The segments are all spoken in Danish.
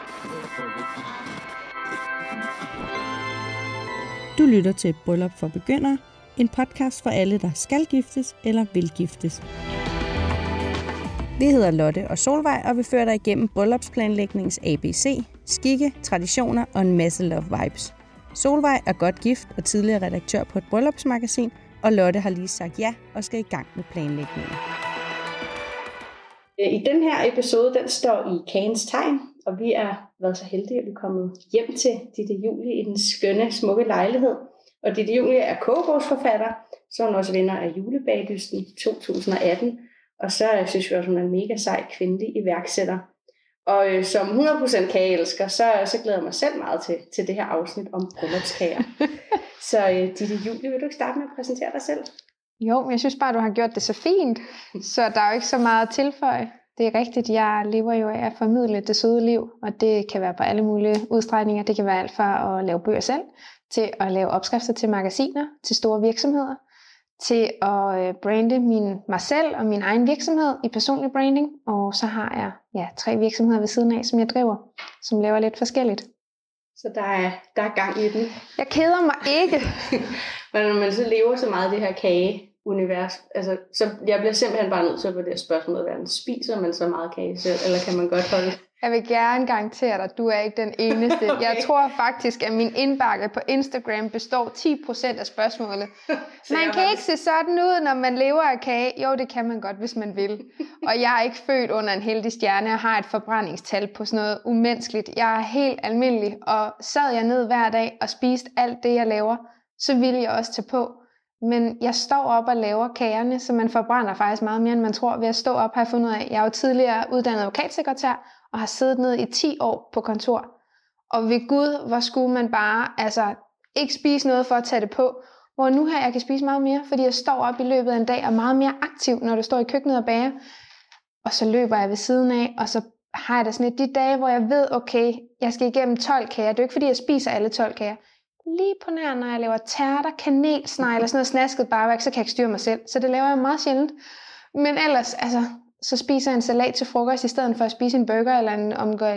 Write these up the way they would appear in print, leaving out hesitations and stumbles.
Du lytter til Bryllup for Begyndere, en podcast for alle, der skal giftes eller vil giftes. Vi hedder Lotte og Solvej, og vi fører dig igennem bryllupsplanlægningens ABC, skikke, traditioner og en masse love vibes. Solvej er godt gift og tidligere redaktør på et bryllupsmagasin, og Lotte har lige sagt ja og skal i gang med planlægningen. I den her episode, den står i kagens tegn, og vi er været så heldige, at vi er kommet hjem til Ditte Julie i den skønne, smukke lejlighed. Og Ditte Julie er kogebogsforfatter, så er hun også vinder af Julebagdysten 2018. Og så synes vi også, hun er en mega sej kvindelig iværksætter. Og som 100% kageelsker, så glæder jeg mig selv meget til det her afsnit om bryllupskager. Så Ditte Julie, vil du ikke starte med at præsentere dig selv? Jo, jeg synes bare, du har gjort det så fint, så der er jo ikke så meget at tilføje. Det er rigtigt, jeg lever jo af at formidle det søde liv, og det kan være på alle mulige udstrækninger. Det kan være alt fra at lave bøger selv, til at lave opskrifter til magasiner, til store virksomheder, til at brande mig selv og min egen virksomhed i personlig branding. Og så har jeg 3 virksomheder ved siden af, som jeg driver, som laver lidt forskelligt. Så der er gang i den. Jeg keder mig ikke. Men når man så lever så meget i det her kageunivers, altså, så jeg bliver simpelthen bare nødt til at få det her spørgsmål, hvordan spiser man så meget kage selv, eller kan man godt holde? Jeg vil gerne garantere dig, at du er ikke den eneste. Okay. Jeg tror faktisk, at min indbakke på Instagram består 10% af spørgsmålet. Man kan ikke se sådan ud, når man lever af kage. Jo, det kan man godt, hvis man vil. Og jeg er ikke født under en heldig stjerne. Jeg har et forbrændingstal på sådan noget umenneskeligt. Jeg er helt almindelig, og sad jeg ned hver dag og spiste alt det, jeg laver, så ville jeg også tage på. Men jeg står op og laver kagerne, så man forbrænder faktisk meget mere, end man tror. Ved at stå op har jeg fundet ud af, jeg er jo tidligere uddannet advokatsekretær, og har siddet ned i 10 år på kontor. Og ved Gud, hvor skulle man bare ikke spise noget for at tage det på. Hvor nu her, jeg kan spise meget mere, fordi jeg står op i løbet af en dag og er meget mere aktiv, når du står i køkkenet og bager. Og så løber jeg ved siden af, og så har jeg da sådan de dage, hvor jeg ved, okay, jeg skal igennem 12 kager. Det er jo ikke fordi, jeg spiser alle 12 kager. Lige på nær, når jeg laver tærter, kanelsnegle og sådan noget snasket barværk, så kan jeg ikke styre mig selv. Så det laver jeg meget sjældent. Men ellers, så spiser jeg en salat til frokost, i stedet for at spise en burger eller en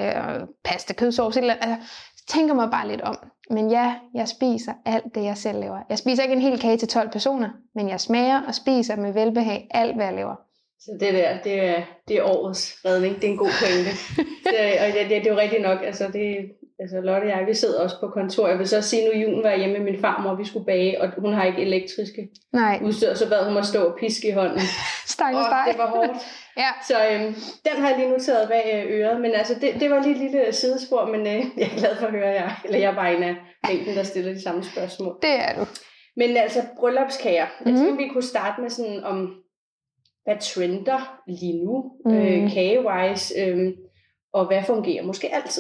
pasta, kødsovs. Så tænker mig bare lidt om. Men ja, jeg spiser alt det, jeg selv laver. Jeg spiser ikke en hel kage til 12 personer, men jeg smager og spiser med velbehag alt, hvad jeg laver. Så det er årets redning. Det er en god pointe. Det er jo rigtigt nok. Altså Lotte og jeg, vi sidder også på kontor. Jeg vil så sige, nu julen var jeg hjemme med min farmor, og vi skulle bage, og hun har ikke elektriske udstyr, så bad hun mig stå og piske i hånden. Stakkels dig. Det var hårdt. Ja. Så den har jeg lige noteret bag øret, men altså det var lige et lille sidespor, men jeg er glad for at høre, jeg er bare en af mængden, der stiller de samme spørgsmål. Det er du. Men altså bryllupskager. Jeg tænker, vi kunne starte med sådan om, hvad trender lige nu, kagewise, og hvad fungerer måske altid.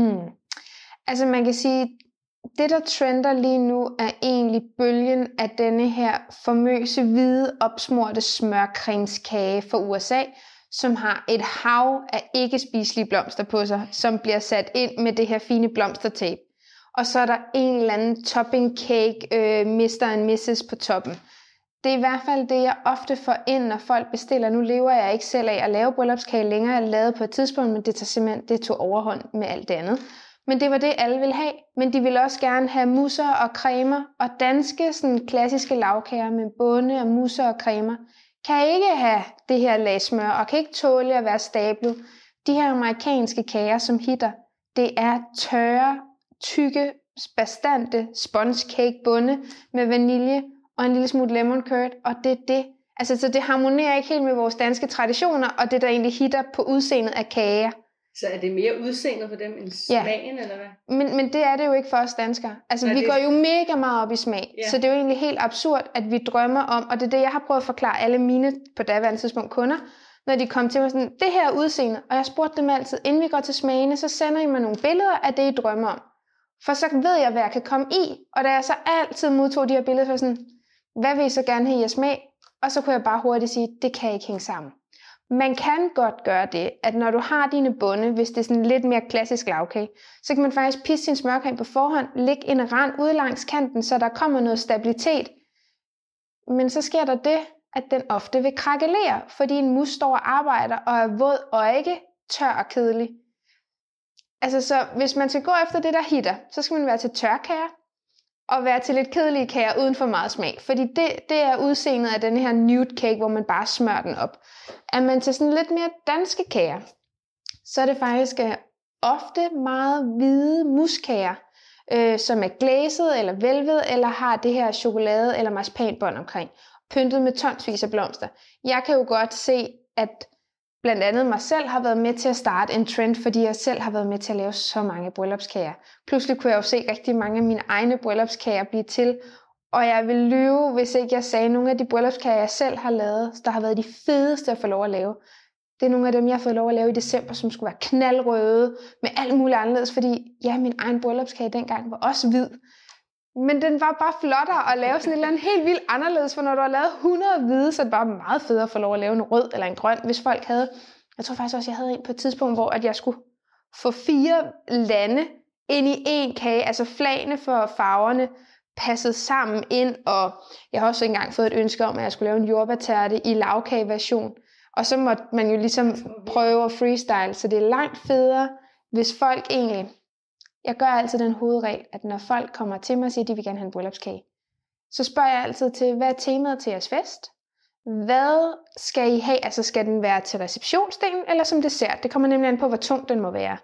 Altså man kan sige, det der trender lige nu er egentlig bølgen af denne her famøse hvide opsmurte smørcremeskage fra USA, som har et hav af ikke spiselige blomster på sig, som bliver sat ind med det her fine blomstertape. Og så er der en eller anden topping cake, Mr. and Mrs. på toppen. Det er i hvert fald det, jeg ofte får ind, når folk bestiller. Nu lever jeg ikke selv af at lave bryllupskage længere. Jeg lavede på et tidspunkt, men det tog overhånd med alt det andet. Men det var det, alle ville have. Men de ville også gerne have musser og cremer. Og danske sådan klassiske lavkager med bunde og musser og cremer kan ikke have det her lag smør og kan ikke tåle at være stablet. De her amerikanske kager, som hitter, det er tørre, tykke, bastante sponge cake bunde med vanilje og en lille smule lemon curd, og det er det. Altså, så det harmonerer ikke helt med vores danske traditioner, og det der egentlig hitter på udseendet af kager. Så er det mere udseendet for dem end smagen, eller hvad? Men det er det jo ikke for os danskere. Altså, vi går jo mega meget op i smag, så det er jo egentlig helt absurd, at vi drømmer om, og det er det, jeg har prøvet at forklare alle mine på daværende tidspunkt kunder, når de kom til mig sådan, det her udseende, og jeg spurgte dem altid, inden vi går til smagene, så sender I mig nogle billeder af det, I drømmer om. For så ved jeg, hvad jeg kan komme i, og da jeg så altid modtog de her billeder, så sådan, hvad vil I så gerne have i jeres smag? Og så kunne jeg bare hurtigt sige, det kan ikke hænge sammen. Man kan godt gøre det, at når du har dine bunde, hvis det er sådan lidt mere klassisk lavkage, så kan man faktisk pisse sin smørcreme på forhånd, lægge en rand ud langs kanten, så der kommer noget stabilitet. Men så sker der det, at den ofte vil krakelere, fordi en mus står og arbejder og er våd og ikke tør og kedelig. Altså, så hvis man skal gå efter det, der hitter, så skal man være til tørkager, og være til lidt kedelige kager uden for meget smag. Fordi det er udseendet af den her nude cake, hvor man bare smører den op. Er man til sådan lidt mere danske kager, så er det faktisk ofte meget hvide muskager, som er glæset eller velvet, eller har det her chokolade eller marcipanbånd omkring, pyntet med tonsvis af blomster. Jeg kan jo godt se, at blandt andet mig selv har været med til at starte en trend, fordi jeg selv har været med til at lave så mange bryllupskager. Pludselig kunne jeg jo se rigtig mange af mine egne bryllupskager blive til, og jeg vil lyve, hvis ikke jeg sagde, nogle af de bryllupskager, jeg selv har lavet, der har været de fedeste at få lov at lave. Det er nogle af dem, jeg har fået lov at lave i december, som skulle være knaldrøde, med alt muligt anderledes, fordi min egen bryllupskage dengang var også hvid. Men den var bare flottere at lave sådan et eller andet helt vildt anderledes, for når du har lavet 100 hvide, så er det bare meget federe at få lov at lave en rød eller en grøn, hvis folk havde. Jeg tror faktisk også, jeg havde en på et tidspunkt, hvor at jeg skulle få 4 lande ind i en kage, altså flagene for farverne passet sammen ind, og jeg har også engang fået et ønske om, at jeg skulle lave en jordbærtærte i lavkageversion, og så måtte man jo ligesom prøve at freestyle, så det er langt federe, hvis folk egentlig... Jeg gør altid den hovedregel, at når folk kommer til mig og siger, at de vil gerne have en bryllupskage, så spørger jeg altid til, hvad er temaet til jeres fest? Hvad skal I have? Altså skal den være til receptionsdelen eller som dessert? Det kommer nemlig an på, hvor tung den må være.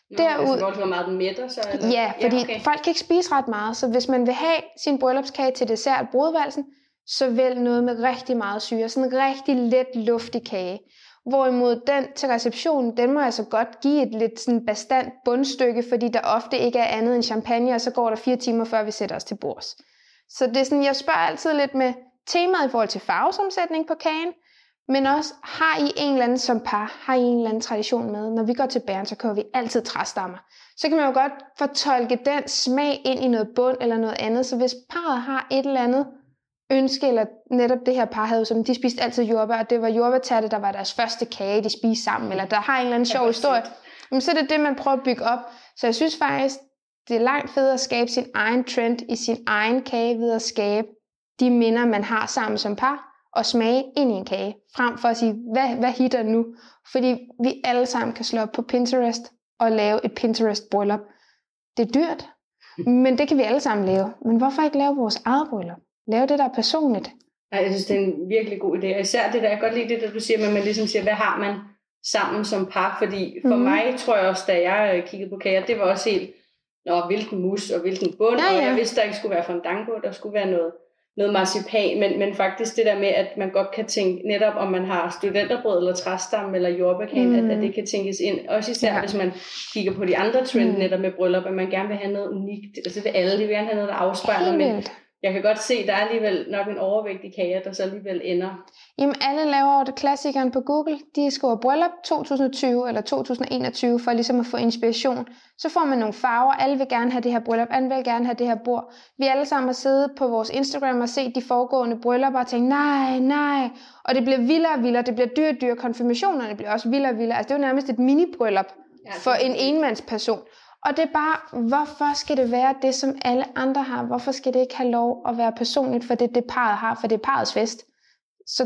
Altså hvor meget den mætter så? Eller? Ja, fordi folk kan ikke spise ret meget, så hvis man vil have sin bryllupskage til dessert, brudvalsen, så vælg noget med rigtig meget syre. Sådan en rigtig let luftig kage. Hvorimod den til receptionen, den må altså godt give et lidt sådan bastant bundstykke, fordi der ofte ikke er andet end champagne, og så går der 4 timer, før vi sætter os til bords. Så det er sådan, jeg spørger altid lidt med temaet i forhold til farvesomsætning på kagen, men også, har I en eller anden som par, har I en eller anden tradition med? Når vi går til bæren, så kører vi altid træstammer. Så kan man jo godt fortolke den smag ind i noget bund eller noget andet, så hvis parret har et eller andet ønske, eller netop det her par havde, som de spiste altid jordbær, og det var jordbærtærte, der var deres første kage, de spiste sammen, eller der har en eller anden sjov historie, men så er det det, man prøver at bygge op. Så jeg synes faktisk, det er langt federe at skabe sin egen trend i sin egen kage, ved at skabe de minder, man har sammen som par, og smage ind i en kage, frem for at sige, hvad hitter nu? Fordi vi alle sammen kan slå op på Pinterest, og lave et Pinterest-bryllup. Det er dyrt, men det kan vi alle sammen lave. Men hvorfor ikke lave vores eget bryllup? Lave det, der er personligt. Ej, jeg synes, det er en virkelig god idé. Og især det der, jeg kan godt lide det, der du siger, men man ligesom siger, hvad har man sammen som par? Fordi for mig, tror jeg også, da jeg kiggede på kager, det var også helt, hvilken mus og hvilken bund, og jeg vidste, der ikke skulle være fandango, der skulle være noget marcipan, men faktisk det der med, at man godt kan tænke, netop om man har studenterbrød, eller træstamme, eller jordbærkage, at det kan tænkes ind. Også især, hvis man kigger på de andre trend, netop med bryllup, at man gerne vil have noget unikt. Altså det vil alle, de vil gerne have noget, der afspejler, men jeg kan godt se, at der er alligevel nok en overvægt i kager, der så alligevel ender. Jamen alle laver jo det klassikeren på Google. De skriver bryllup 2020 eller 2021 for ligesom at få inspiration. Så får man nogle farver. Alle vil gerne have det her bryllup. Alle vil gerne have det her bord. Vi alle sammen har siddet på vores Instagram og set de foregående bryllupper og tænkt, nej. Og det bliver vildere og vildere. Det bliver dyre. Konfirmationerne bliver også vildere og vildere. Altså det er jo nærmest et mini-bryllup for en enmandsperson. Og det er bare, hvorfor skal det være det, som alle andre har? Hvorfor skal det ikke have lov at være personligt, for det parret har, for det er parrets fest? Så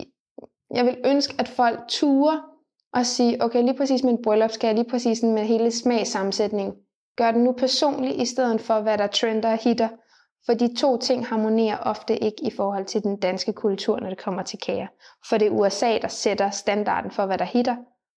jeg vil ønske, at folk turer og sige, okay, lige præcis med en bryllupskage, lige præcis med hele smagssammensætning, gør den nu personlig, i stedet for, hvad der trender og hitter. For de 2 ting harmonerer ofte ikke i forhold til den danske kultur, når det kommer til kager. For det er USA, der sætter standarden for, hvad der hitter.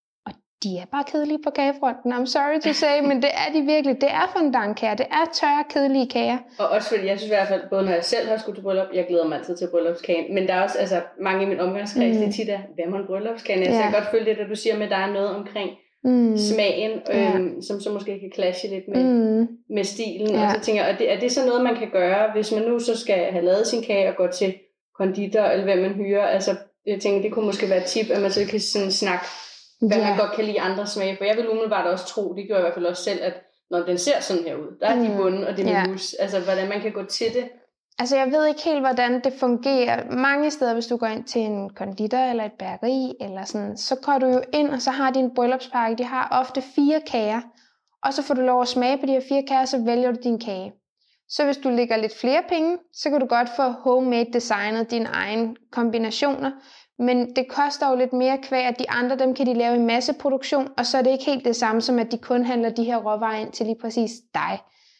De er bare kedelige på kagefronten. I'm sorry to say, men det er de virkelig. Det er fondantkager. Det er tørre, kedelige kager. Og også fordi, jeg synes i hvert fald, både når jeg selv har skudt til bryllup, jeg glæder mig altid til bryllupskagen, men der er også mange i min omgangskreds, det tit er, hvad må en bryllupskagen? Altså, jeg kan godt følge det, at du siger med, at der er noget omkring smagen, som så måske kan clashe lidt med stilen. Og så tænker jeg, er det så noget, man kan gøre, hvis man nu så skal have lavet sin kage og gå til konditor, eller hvad man hyrer? Altså, jeg tænker, det kunne måske være et tip, at man så kan sådan snakke, hvad man godt kan lide andre smage. For jeg vil umiddelbart også tro, det gjorde jeg i hvert fald også selv, at når den ser sådan her ud, der er de bunde, og det med mus. Altså, hvordan man kan gå til det. Altså, jeg ved ikke helt, hvordan det fungerer. Mange steder, hvis du går ind til en konditor eller et bageri, eller sådan, så går du jo ind, og så har de en bryllupspakke. De har ofte 4 kager, og så får du lov at smage på de her 4 kager, så vælger du din kage. Så hvis du lægger lidt flere penge, så kan du godt få homemade designet dine egne kombinationer. Men det koster jo lidt mere kvæg, at de andre, dem kan de lave i masseproduktion, og så er det ikke helt det samme som, at de kun handler de her råvarer ind til lige præcis dig.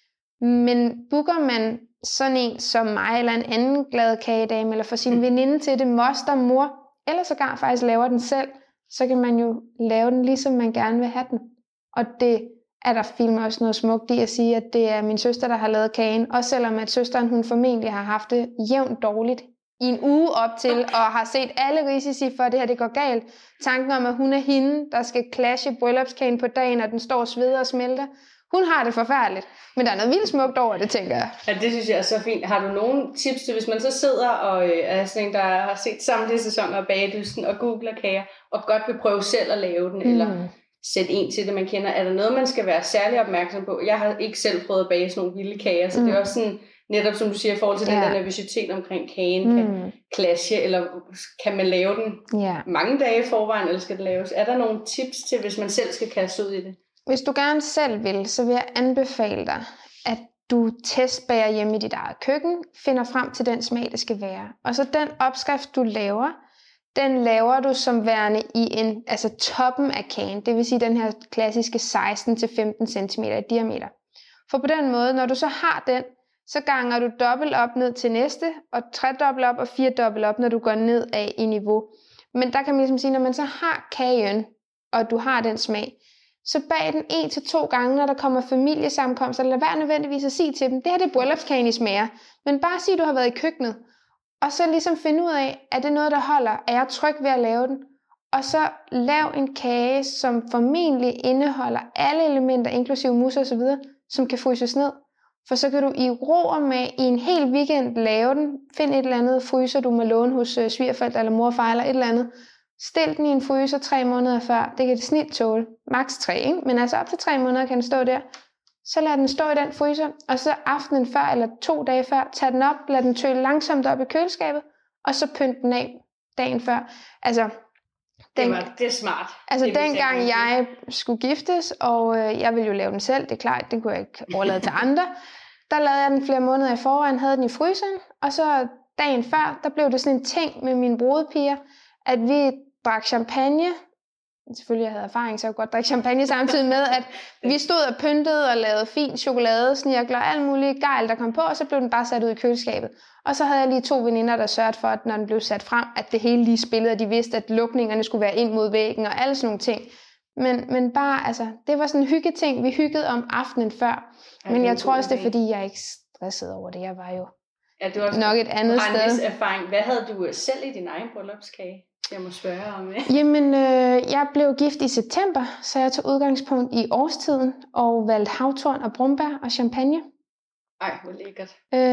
Men booker man sådan en som mig, eller en anden glad kagedame, eller får sin veninde til det, moster, mor, eller sågar faktisk laver den selv, så kan man jo lave den, ligesom man gerne vil have den. Og det er der filmet også noget smukt i at sige, at det er min søster, der har lavet kagen. Også selvom at søsteren, hun formentlig har haft det jævnt dårligt i en uge op til, og har set alle risici for, at det her det går galt. Tanken om, at hun er hende, der skal clashe bryllupskagen på dagen, og den står og sveder og smelter. Hun har det forfærdeligt. Men der er noget vildt smukt over det, tænker jeg. Ja, det synes jeg er så fint. Har du nogle tips til, hvis man så sidder og er sådan en, der har set samtlige sæsoner af Bagedysten og googler kager, og godt vil prøve selv at lave den, eller sætte en til det, man kender. Er der noget, man skal være særlig opmærksom på? Jeg har ikke selv prøvet at bage sådan nogle vilde kager, så det er også sådan, netop som du siger, i forhold til den der nervøsitet omkring kagen, kan clashe, eller kan man lave den mange dage i forvejen, eller skal det laves? Er der nogle tips til, hvis man selv skal kaste ud i det? Hvis du gerne selv vil, så vil jeg anbefale dig, at du testbager hjemme i dit eget køkken, finder frem til den smag, det skal være. Og så den opskrift, du laver, den laver du som værende i toppen af kagen, det vil sige den her klassiske 16-15 cm i diameter. For på den måde, når du så har den, så ganger du dobbelt op ned til næste, og tredobbelt op og firedobbelt op, når du går ned af i niveau. Men der kan man ligesom sige, når man så har kagen, og du har den smag, så bag den 1-2 gange, når der kommer familiesammenkomster, lad være nødvendigvis at sige til dem, det her det er bryllupskagen, I smager. Men bare sig, at du har været i køkkenet. Og så ligesom finde ud af, er det noget, der holder? Er jeg tryg ved at lave den? Og så lav en kage, som formentlig indeholder alle elementer, inklusive mus og så videre, som kan fryses ned. For så kan du i ro og med i en hel weekend lave den. Find et eller andet fryser, du må låne hos svigerforældre eller morfar eller et eller andet. Stil den i en fryser 3 måneder før. Det kan det snit tåle. Max 3, ikke? Men altså op til 3 måneder kan den stå der. Så lad den stå i den fryser, og så aftenen før eller 2 dage før, tag den op, lad den tøle langsomt op i køleskabet, og så pynt den af dagen før. Altså, det er smart. Altså dengang jeg skulle giftes, og jeg ville jo lave den selv, det er klart, det kunne jeg ikke overlade til andre, der lavede jeg den flere måneder i forvejen, havde den i fryseren, og så dagen før, der blev det sådan en ting med mine brudepiger, at vi drak champagne. Selvfølgelig jeg havde erfaring, så jeg kunne godt drikke champagne samtidig med, at vi stod og pyntede og lavede fin chokolade, snirkler og alt muligt gejl, der kom på, og så blev den bare sat ud i køleskabet. Og så havde jeg lige 2 veninder, der sørgede for, at når den blev sat frem, at det hele lige spillede, og de vidste, at lukningerne skulle være ind mod væggen og alle sådan nogle ting. Men bare, altså, det var sådan en hyggeting, vi hyggede om aftenen før. Men jeg tror også, det er fordi, jeg ikke stressede over det. Jeg var jo nok et andet sted. Erfaring. Hvad havde du selv i din egen bryllupskage? Jeg må spørge om det. Jamen, jeg blev gift i september, så jeg tog udgangspunkt i årstiden og valgte havtorn og brumbær og champagne. Ej, hvor lækkert.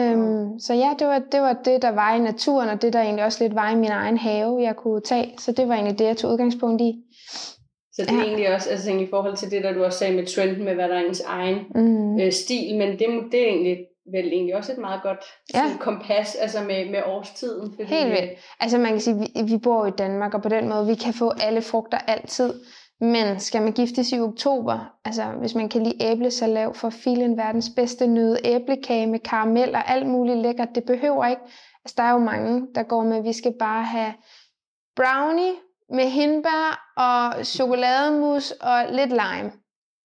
Så ja, det var det, der var i naturen, og det, der egentlig også lidt var i min egen have, jeg kunne tage. Så det var egentlig det, jeg tog udgangspunkt i. Så det er egentlig også, altså i forhold til det, der du også sagde med trenden, med hvad der er ens egen stil, men det er egentlig også et meget godt kompas, altså med årstiden. Fordi helt vildt. Altså man kan sige, vi bor i Danmark, og på den måde, vi kan få alle frugter altid. Men skal man giftes i oktober, altså hvis man kan lide æblesalat for filen verdens bedste nøde æblekage med karamel og alt muligt lækkert, det behøver ikke. Altså der er jo mange, der går med, at vi skal bare have brownie med hindbær og chokolademus og lidt lime.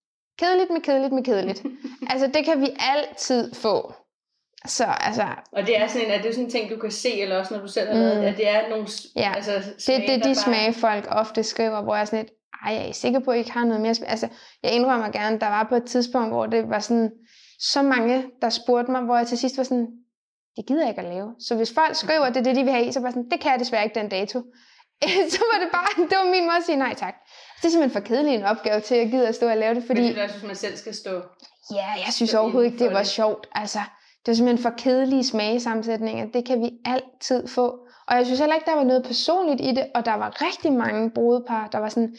Kedeligt. Altså det kan vi altid få. Så altså. Og det er sådan en ting, du kan se, eller også når du selv har lavet, at det er nogle smage, det er de smage, folk ofte skriver, hvor jeg er sådan lidt, jeg er sikker på, at I ikke har noget mere. Altså, jeg indrømmer gerne, der var på et tidspunkt, hvor det var sådan, så mange, der spurgte mig, hvor jeg til sidst var sådan, det gider jeg ikke at lave. Så hvis folk skriver, at det er det, de vil have i, så var sådan, det kan jeg desværre ikke den dato. Så var det bare, det var min måde at sige nej tak. Det er simpelthen for kedelig en opgave til, at jeg gider at stå og lave det, fordi. Men det er også, hvis man selv skal stå. Ja, jeg synes overhovedet ikke, det var sjovt. Altså, det var simpelthen for kedelige smagesammensætninger. Det kan vi altid få. Og jeg synes heller ikke, der var noget personligt i det, og der var rigtig mange brudepar, der var sådan,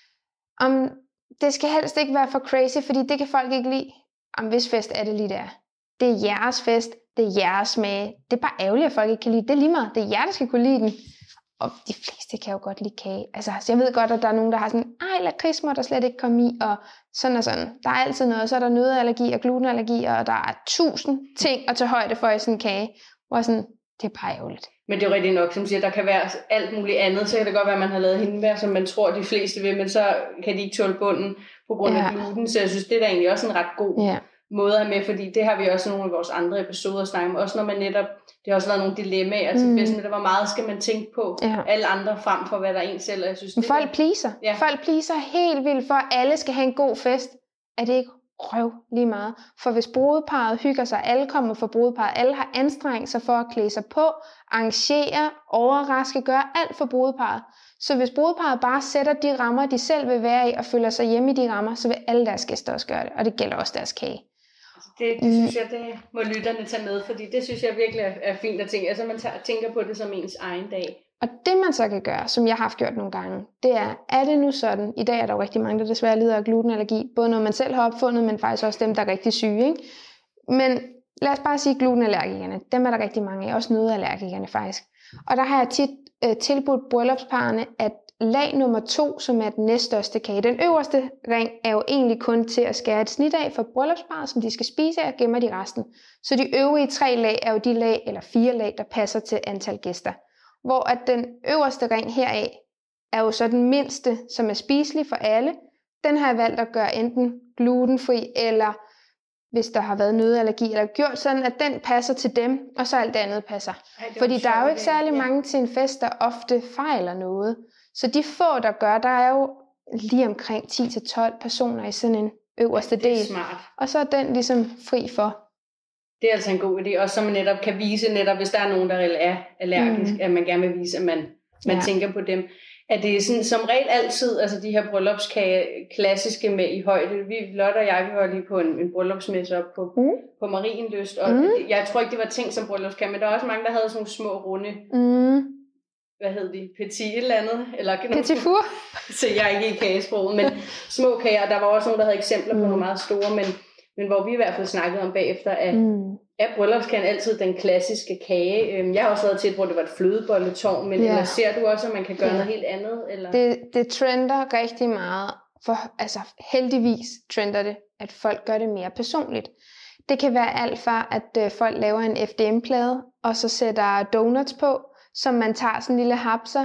det skal helst ikke være for crazy, fordi det kan folk ikke lide. Hvis fest er det lige der. Det er jeres fest, det er jeres smage. Det er bare ærgerligt, at folk ikke kan lide det. Det er lige meget, det er jer, der skal kunne lide den. Og de fleste kan jo godt lide kage. Altså, så jeg ved godt, at der er nogen, der har sådan, lakrids må der slet ikke komme i, og sådan og sådan. Der er altid noget, så er der nøddeallergi og glutenallergi, og der er 1000 ting at tage højde for i sådan en kage. Hvor sådan, Det er bare ærgerligt. Men det er jo rigtig nok, som siger, der kan være alt muligt andet. Så kan det godt være, at man har lavet hindbær, som man tror, de fleste vil, men så kan de ikke tåle bunden på grund af gluten. Så jeg synes, det er da egentlig også en ret god måde at have med, fordi det har vi også nogle af vores andre episoder snakket om. Også når man netop, det har også været nogle dilemmaer til festen, men der var meget skal man tænke på alle andre frem for, hvad der er en selv. Jeg synes, folk pleaser. Ja. Folk pleaser helt vildt for, at alle skal have en god fest. Er det ikke røv lige meget? For hvis brudeparret hygger sig, alle kommer for brudeparret, alle har anstrengt sig for at klæde sig på, arrangere, overraske, gøre alt for brudeparret. Så hvis brudeparret bare sætter de rammer, de selv vil være i, og føler sig hjemme i de rammer, så vil alle deres gæster også gøre det. Og det gælder også deres kage. Det synes jeg, det må lytterne tage med, fordi det synes jeg virkelig er fint at tænke. Altså man tænker på det som ens egen dag. Og det man så kan gøre, som jeg har haft gjort nogle gange, det er det nu sådan, i dag er der jo rigtig mange, der desværre lider af glutenallergi, både noget man selv har opfundet, men faktisk også dem, der er rigtig syge, ikke? Men lad os bare sige glutenallergikerne, dem er der rigtig mange af, også nøddeallergikerne faktisk. Og der har jeg tit tilbudt bryllupsparerne, at lag nummer 2, som er den næststørste kage, den øverste ring er jo egentlig kun til at skære et snit af for bryllupsparret, som de skal spise af, og gemmer de resten. Så de øvrige 3 lag er jo de lag, eller 4 lag, der passer til antal gæster. Hvor at den øverste ring heraf er jo så den mindste, som er spiselig for alle. Den har jeg valgt at gøre enten glutenfri, eller hvis der har været nøddeallergi, eller gjort sådan, at den passer til dem, og så alt det andet passer. Fordi der er jo ikke særlig mange til en fest, der ofte fejler noget. Så de få, der gør, der er jo lige omkring 10-12 personer i sådan en øverste del. Det er smart. Og så er den ligesom fri for. Det er altså en god idé, også så man netop kan vise, netop hvis der er nogen, der er allergisk, at man gerne vil vise, at man tænker på dem. Er det sådan, som regel altid, altså de her bryllupskage klassiske med i højde? Lotte og jeg, vi var lige på en bryllupsmesse op på Marienlyst, og jeg tror ikke, det var ting som bryllupskage, men der var også mange, der havde sådan nogle små runde, hvad hed de? Petit et eller andet? Eller Petit four? Så jeg er ikke i kagesproget, men små kager. Der var også nogen, der havde eksempler på nogle meget store, men hvor vi i hvert fald snakkede om bagefter, at er bryllupskagen altid den klassiske kage. Jeg har også været til, hvor det var et flødebolletårn, men eller ser du også, at man kan gøre noget helt andet? Eller? Det trender rigtig meget, for altså heldigvis trender det, at folk gør det mere personligt. Det kan være alt fra, at folk laver en FDM-plade, og så sætter donuts på, som man tager sådan en lille hapser,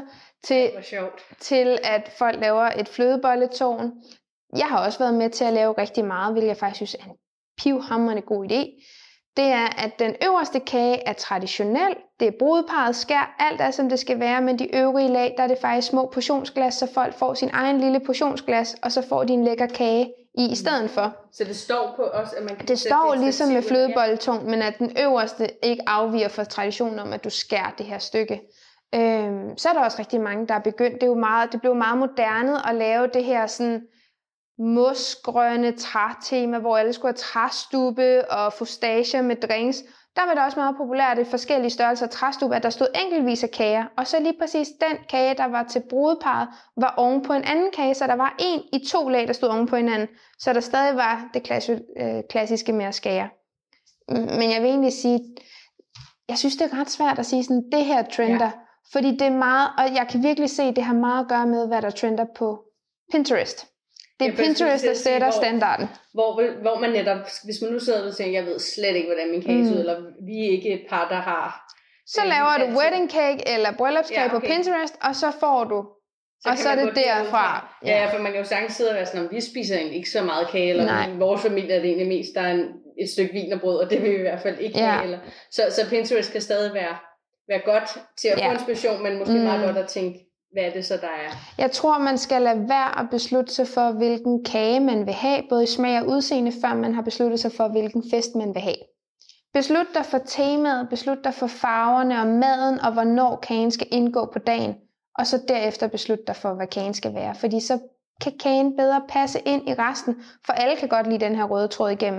til at folk laver et flødebolletårn. Jeg har også været med til at lave rigtig meget, hvilket jeg faktisk synes er en pivhamrende god idé. Det er, at den øverste kage er traditionel. Det er brudeparret skær, alt er som det skal være, men de øvrige lag, der er det faktisk små portionsglas, så folk får sin egen lille portionsglas, og så får de en lækker kage i stedet for. Så det står på os, at man kan det står ligesom med flødebolletårn, men at den øverste ikke afviger fra traditionen om, at du skærer det her stykke. Så er der også rigtig mange, der er begyndt. Det blev meget moderne at lave det her sådan mosgrønne trætema, hvor alle skulle have træstube og fustager med drinks. Der var det også meget populært i forskellige størrelser træstube, at der stod enkeltvis af kager. Og så lige præcis den kage, der var til brudeparret, var oven på en anden kage, så der var en i 2 lag, der stod oven på hinanden. Så der stadig var det klassiske med at skære. Men jeg vil egentlig sige, jeg synes det er ret svært at sige sådan, det her trender. Fordi det er meget, og jeg kan virkelig se, det har meget at gøre med, hvad der trender på Pinterest. Det er Pinterest, der sætter standarden. Hvor man netop, hvis man nu sidder og tænker, jeg ved slet ikke, hvordan min kage ser ud, eller vi er ikke et par, der har... Så laver du wedding cake eller bryllupskage på Pinterest, og så får du, så er det derfra. Ja, for man kan jo sagtens sidde og være sådan, vi spiser egentlig ikke så meget kage, eller i vores familie er det egentlig mest, der er et stykke wienerbrød, og det vil vi i hvert fald ikke have. Eller, så Pinterest kan stadig være godt til at få inspiration, men måske meget godt at tænke, hvad er det så, der er? Jeg tror, man skal lade være at beslutte sig for, hvilken kage man vil have, både i smag og udseende, før man har besluttet sig for, hvilken fest man vil have. Beslut dig for temaet, beslut dig for farverne og maden, og hvornår kagen skal indgå på dagen, og så derefter beslut dig for, hvad kagen skal være, fordi så kan kagen bedre passe ind i resten, for alle kan godt lide den her røde tråd igennem.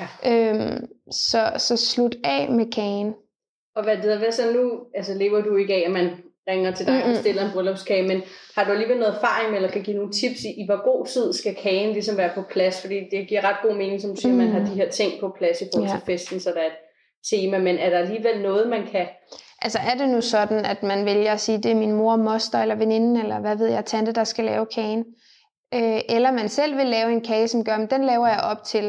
Så slut af med kagen. Og hvad så nu, altså lever du ikke af, at man ringer til dig og bestiller en bryllupskage, men har du alligevel noget erfaring med, eller kan give nogle tips i hvor god tid skal kagen ligesom være på plads, fordi det giver ret god mening, som du siger, man har de her ting på plads i forhold til festen, så der er et tema, men er der alligevel noget, man kan... Altså er det nu sådan, at man vælger at sige, det er min mor, moster eller veninde, eller hvad ved jeg, tante, der skal lave kagen, eller man selv vil lave en kage, som gør, men den laver jeg op til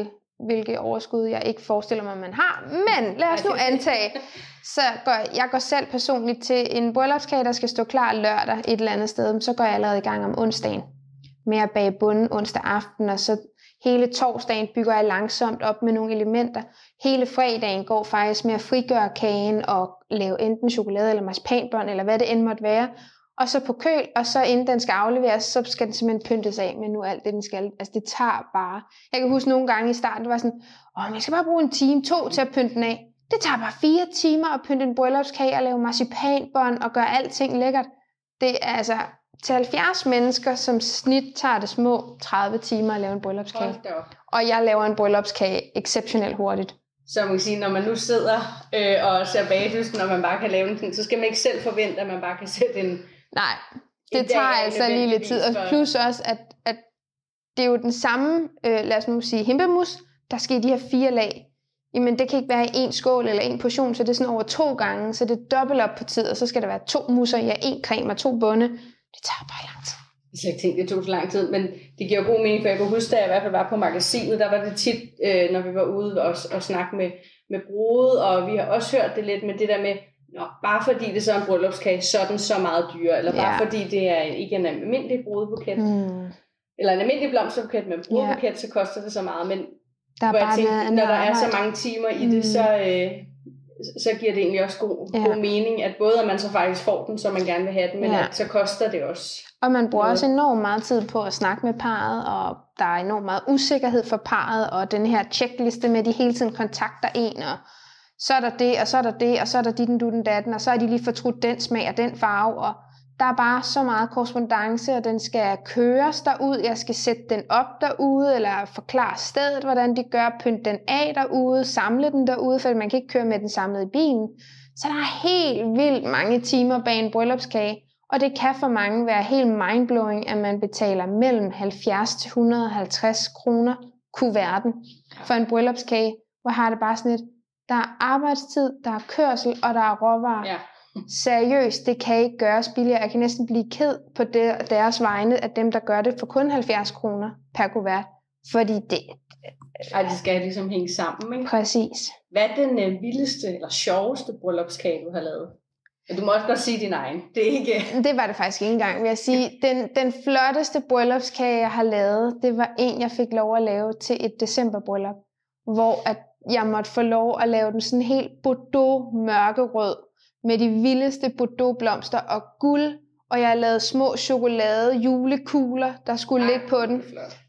hvilket overskud jeg ikke forestiller mig, man har. Men lad os nu antage, jeg går selv personligt til en bryllupskage, der skal stå klar lørdag et eller andet sted, så går jeg allerede i gang om onsdagen med at bage bunden onsdag aften, og så hele torsdagen bygger jeg langsomt op med nogle elementer. Hele fredagen går faktisk med at frigøre kagen og lave enten chokolade eller marcipanbånd, eller hvad det end måtte være. Og så på køl, og så inden den skal afleveres, så skal den simpelthen pyntes af med nu alt det, den skal. Altså det tager bare. Jeg kan huske nogle gange i starten, det var sådan, jeg skal bare bruge 1 time, 2 til at pynte den af. Det tager bare 4 timer at pynte en bryllupskage og lave marcipanbånd og gøre alting lækkert. Det er altså til 70 mennesker, som snit tager det små 30 timer at lave en bryllupskage. Og jeg laver en bryllupskage exceptionelt hurtigt. Så man kan sige, når man nu sidder og ser bagdysten, og man bare kan lave den, så skal man ikke selv forvente, at man bare kan sætte en... Nej, det tager altså lige lidt tid. Og plus også, at det er jo den samme, lad os nu sige, himbemus, der skal i de her 4 lag. Jamen det kan ikke være i 1 skål eller 1 portion, så det er sådan over 2 gange, så det er dobbelt op på tid, og så skal der være 2 musser, 1 creme og 2 bunde. Det tager bare lang tid. Jeg ikke tænkt, det tog så lang tid, men det giver god mening, for jeg kunne huske, da jeg i hvert fald var på magasinet, der var det tit, når vi var ude og snakke med brudet, og vi har også hørt det lidt med det der med, bare fordi det så er en bryllupskage, så er den så meget dyre, eller bare fordi det er ikke en almindelig brudebuket, eller en almindelig blomsterbuket med brudebuket, så koster det så meget, men der er bare tænkte, når der er så mange timer i det, så giver det egentlig også god mening, at både at man så faktisk får den, som man gerne vil have den, men at så koster det også. Og man bruger også enormt meget tid på at snakke med parret, og der er enormt meget usikkerhed for parret, og den her checkliste med, at de hele tiden kontakter en, og så er der det, og så er der det, og så er der dit, den datten, og så er de lige fortrudt den smag og den farve, og der er bare så meget korrespondance, og den skal køres derud, jeg skal sætte den op derude, eller forklare stedet, hvordan de gør, pynte den af derude, samle den derude, for man kan ikke køre med den samlet i bilen. Så der er helt vildt mange timer bag en bryllupskage, og det kan for mange være helt mindblowing, at man betaler mellem 70 til 150 kroner kuverten for en bryllupskage, hvor har det bare sådan et, der er arbejdstid, der er kørsel, og der er råvarer. Ja. Seriøst, det kan ikke gøres billigere. Jeg kan næsten blive ked på deres vegne, at dem, der gør det for kun 70 kroner per kuvert. Fordi det... det skal ligesom hænge sammen, ikke? Præcis. Hvad er den vildeste eller sjoveste bryllupskage, du har lavet? Du må også godt sige din egen. Det er ikke... Det var det faktisk ikke engang, vil jeg sige. Den flotteste bryllupskage, jeg har lavet, det var en, jeg fik lov at lave til et decemberbryllup. Hvor at jeg måtte få lov at lave den sådan helt Bordeaux mørkerød, med de vildeste Bordeaux-blomster og guld, og jeg lavede små chokolade julekugler, der skulle ligge på den.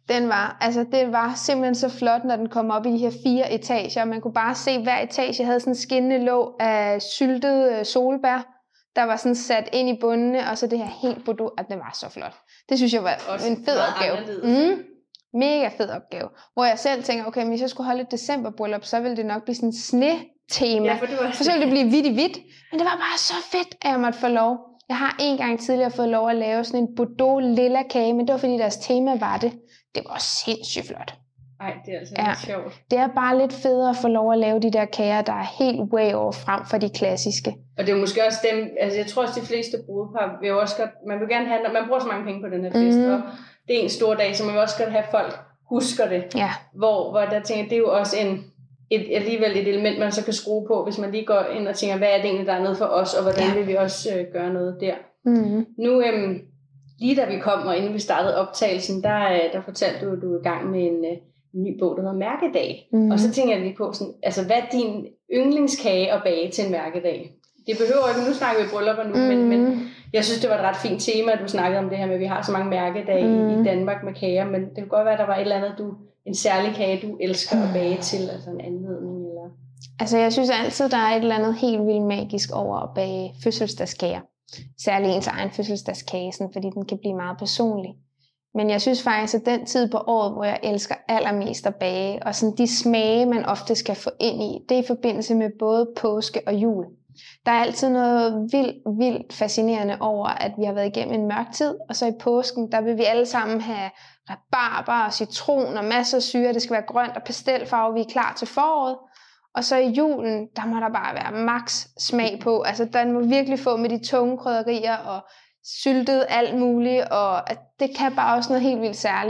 Det var simpelthen så flot, når den kom op i de her 4 etager. Man kunne bare se, at hver etage havde sådan en skinnende låg af syltede solbær, der var sådan sat ind i bundene, og så det her helt Bordeaux, at det var så flot. Det synes jeg var også en fed opgave. Mega fed opgave. Hvor jeg selv tænker, okay, hvis jeg skulle holde et decemberbryllup, så ville det nok blive sådan en sne-tema. Ja, for så ville det blive hvidt i hvidt. Men det var bare så fedt, at jeg måtte få lov. Jeg har en gang tidligere fået lov at lave sådan en Bordeaux lilla kage, men det var fordi deres tema var det. Det var sindssygt flot. Nej, det er altså lidt sjovt. Det er bare lidt federe at få lov at lave de der kager, der er helt way over frem for de klassiske. Og det er måske også dem, altså jeg tror også de fleste brudepar vil jo også godt, man vil gerne have, man bruger så mange penge på den her fest, og det er en stor dag, så man vil også godt have folk husker det. Ja. Hvor der tænker, det er jo også alligevel et element, man så kan skrue på, hvis man lige går ind og tænker, hvad er det egentlig, der er noget for os, og hvordan vil vi også gøre noget der. Nu, lige da vi kom, og inden vi startede optagelsen, der fortalte du er i gang med en ny bog, der hedder Mærkedag. Og så tænker jeg lige på, sådan, altså, hvad er din yndlingskage at bage til en mærkedag? Det behøver ikke, nu snakker vi bryllupper nu, men jeg synes, det var et ret fint tema, at du snakkede om det her med, at vi har så mange mærkedage i Danmark med kager, men det kan godt være, at der var et eller andet, en særlig kage, du elsker at bage til, altså en anledning, eller... Altså, jeg synes altid, der er et eller andet helt vildt magisk over at bage fødselsdagskager. Særligt ens egen fødselsdagskage, fordi den kan blive meget personlig. Men jeg synes faktisk, at den tid på året, hvor jeg elsker allermest at bage, og sådan de smage, man ofte skal få ind i, det er i forbindelse med både påske og jul. Der er altid noget vildt fascinerende over, at vi har været igennem en mørk tid, og så i påsken, der vil vi alle sammen have rabarber og citron og masser af syre, det skal være grønt og pastelfarve, vi er klar til foråret. Og så i julen, der må der bare være max smag på, altså den må virkelig få med de tunge krydderier og syltet alt muligt, og det kan bare også noget helt vildt særligt.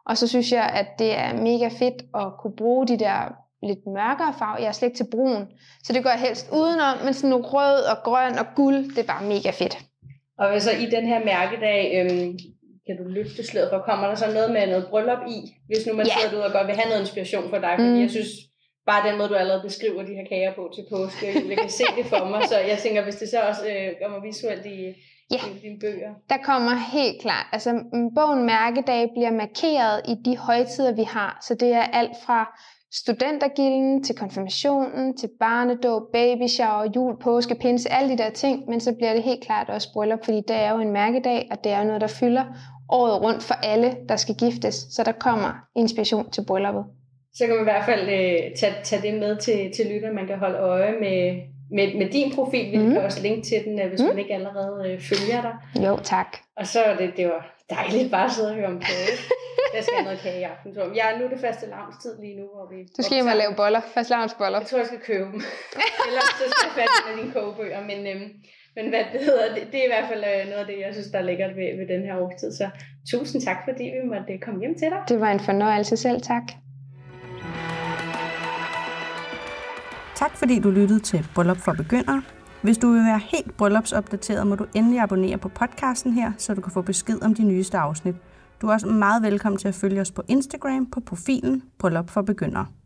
Og så synes jeg, at det er mega fedt at kunne bruge de der lidt mørkere farver. Jeg er slet ikke til brun, så det går jeg helst udenom, men sådan nogle rød og grøn og guld, det er bare mega fedt. Og så i den her mærkedag, kan du løfte sløret for, kommer der så noget med noget bryllup i, hvis nu man sidder ud og godt vil have noget inspiration for dig, fordi jeg synes, bare den måde, du allerede beskriver de her kager på til påske, jeg kan se det for mig, så jeg tænker, hvis det så også kommer visuelt i dine bøger. Der kommer helt klart, altså bogen Mærkedag bliver markeret i de højtider, vi har, så det er alt fra studentergilden til konfirmationen, til barnedåb, baby shower, jul, påske, pinse, alle de der ting, men så bliver det helt klart også bryllup, fordi det er jo en mærkedag, og det er jo noget, der fylder året rundt for alle, der skal giftes, så der kommer inspiration til brylluppet. Så kan man i hvert fald tage det med til lytter, man kan holde øje med din profil, vi kan også linke til den, hvis man ikke allerede følger dig. Jo, tak. Og så det var dejligt bare at sidde og høre om kage. Jeg skal have noget kage i aften. Nu er det fastelavnstid lige nu, hvor vi... Du skal hjem og lave boller, fastelavnsboller. Jeg tror, jeg skal købe dem. Ellers så skal jeg fat med dine kogebøger. Men hvad det hedder, det er i hvert fald noget af det, jeg synes, der er lækkert ved den her årstid. Så tusind tak, fordi vi måtte komme hjem til dig. Det var en fornøjelse selv, tak. Tak fordi du lyttede til Bryllup for Begyndere. Hvis du vil være helt bryllupsopdateret, må du endelig abonnere på podcasten her, så du kan få besked om de nyeste afsnit. Du er også meget velkommen til at følge os på Instagram på profilen Bryllup for Begyndere.